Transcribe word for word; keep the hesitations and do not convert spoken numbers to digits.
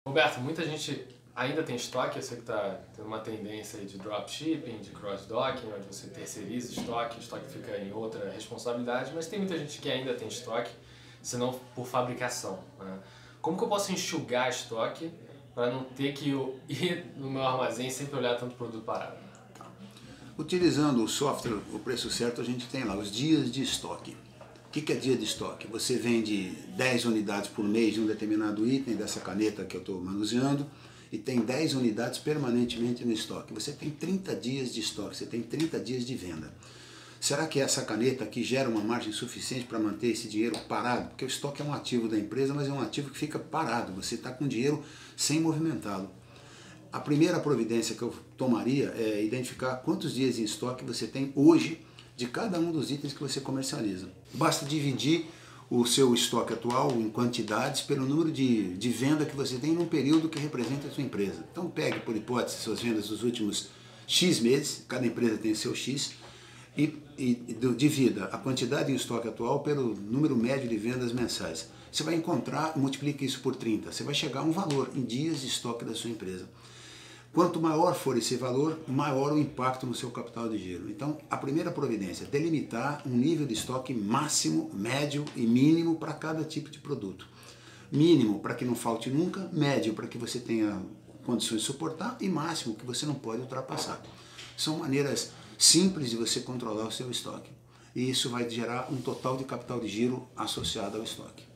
Roberto, muita gente ainda tem estoque, eu sei que está tendo uma tendência aí de dropshipping, de cross-docking, onde você terceiriza estoque, o estoque fica em outra responsabilidade, mas tem muita gente que ainda tem estoque, senão por fabricação, né? Como que eu posso enxugar estoque para não ter que ir no meu armazém e sempre olhar tanto produto parado? Utilizando o software, o preço certo, a gente tem lá os dias de estoque. O que é dia de estoque? Você vende dez unidades por mês de um determinado item, dessa caneta que eu estou manuseando, e tem dez unidades permanentemente no estoque. Você tem trinta dias de estoque, você tem trinta dias de venda. Será que essa caneta aqui gera uma margem suficiente para manter esse dinheiro parado? Porque o estoque é um ativo da empresa, mas é um ativo que fica parado, você está com dinheiro sem movimentá-lo. A primeira providência que eu tomaria é identificar quantos dias em estoque você tem hoje de cada um dos itens que você comercializa. Basta dividir o seu estoque atual em quantidades pelo número de, de venda que você tem num período que representa a sua empresa. Então pegue, por hipótese, suas vendas dos últimos X meses, cada empresa tem seu X, e, e divida a quantidade em estoque atual pelo número médio de vendas mensais. Você vai encontrar, multiplica isso por trinta, você vai chegar a um valor em dias de estoque da sua empresa. Quanto maior for esse valor, maior o impacto no seu capital de giro. Então, a primeira providência é delimitar um nível de estoque máximo, médio e mínimo para cada tipo de produto. Mínimo para que não falte nunca, médio para que você tenha condições de suportar e máximo que você não pode ultrapassar. São maneiras simples de você controlar o seu estoque. E isso vai gerar um total de capital de giro associado ao estoque.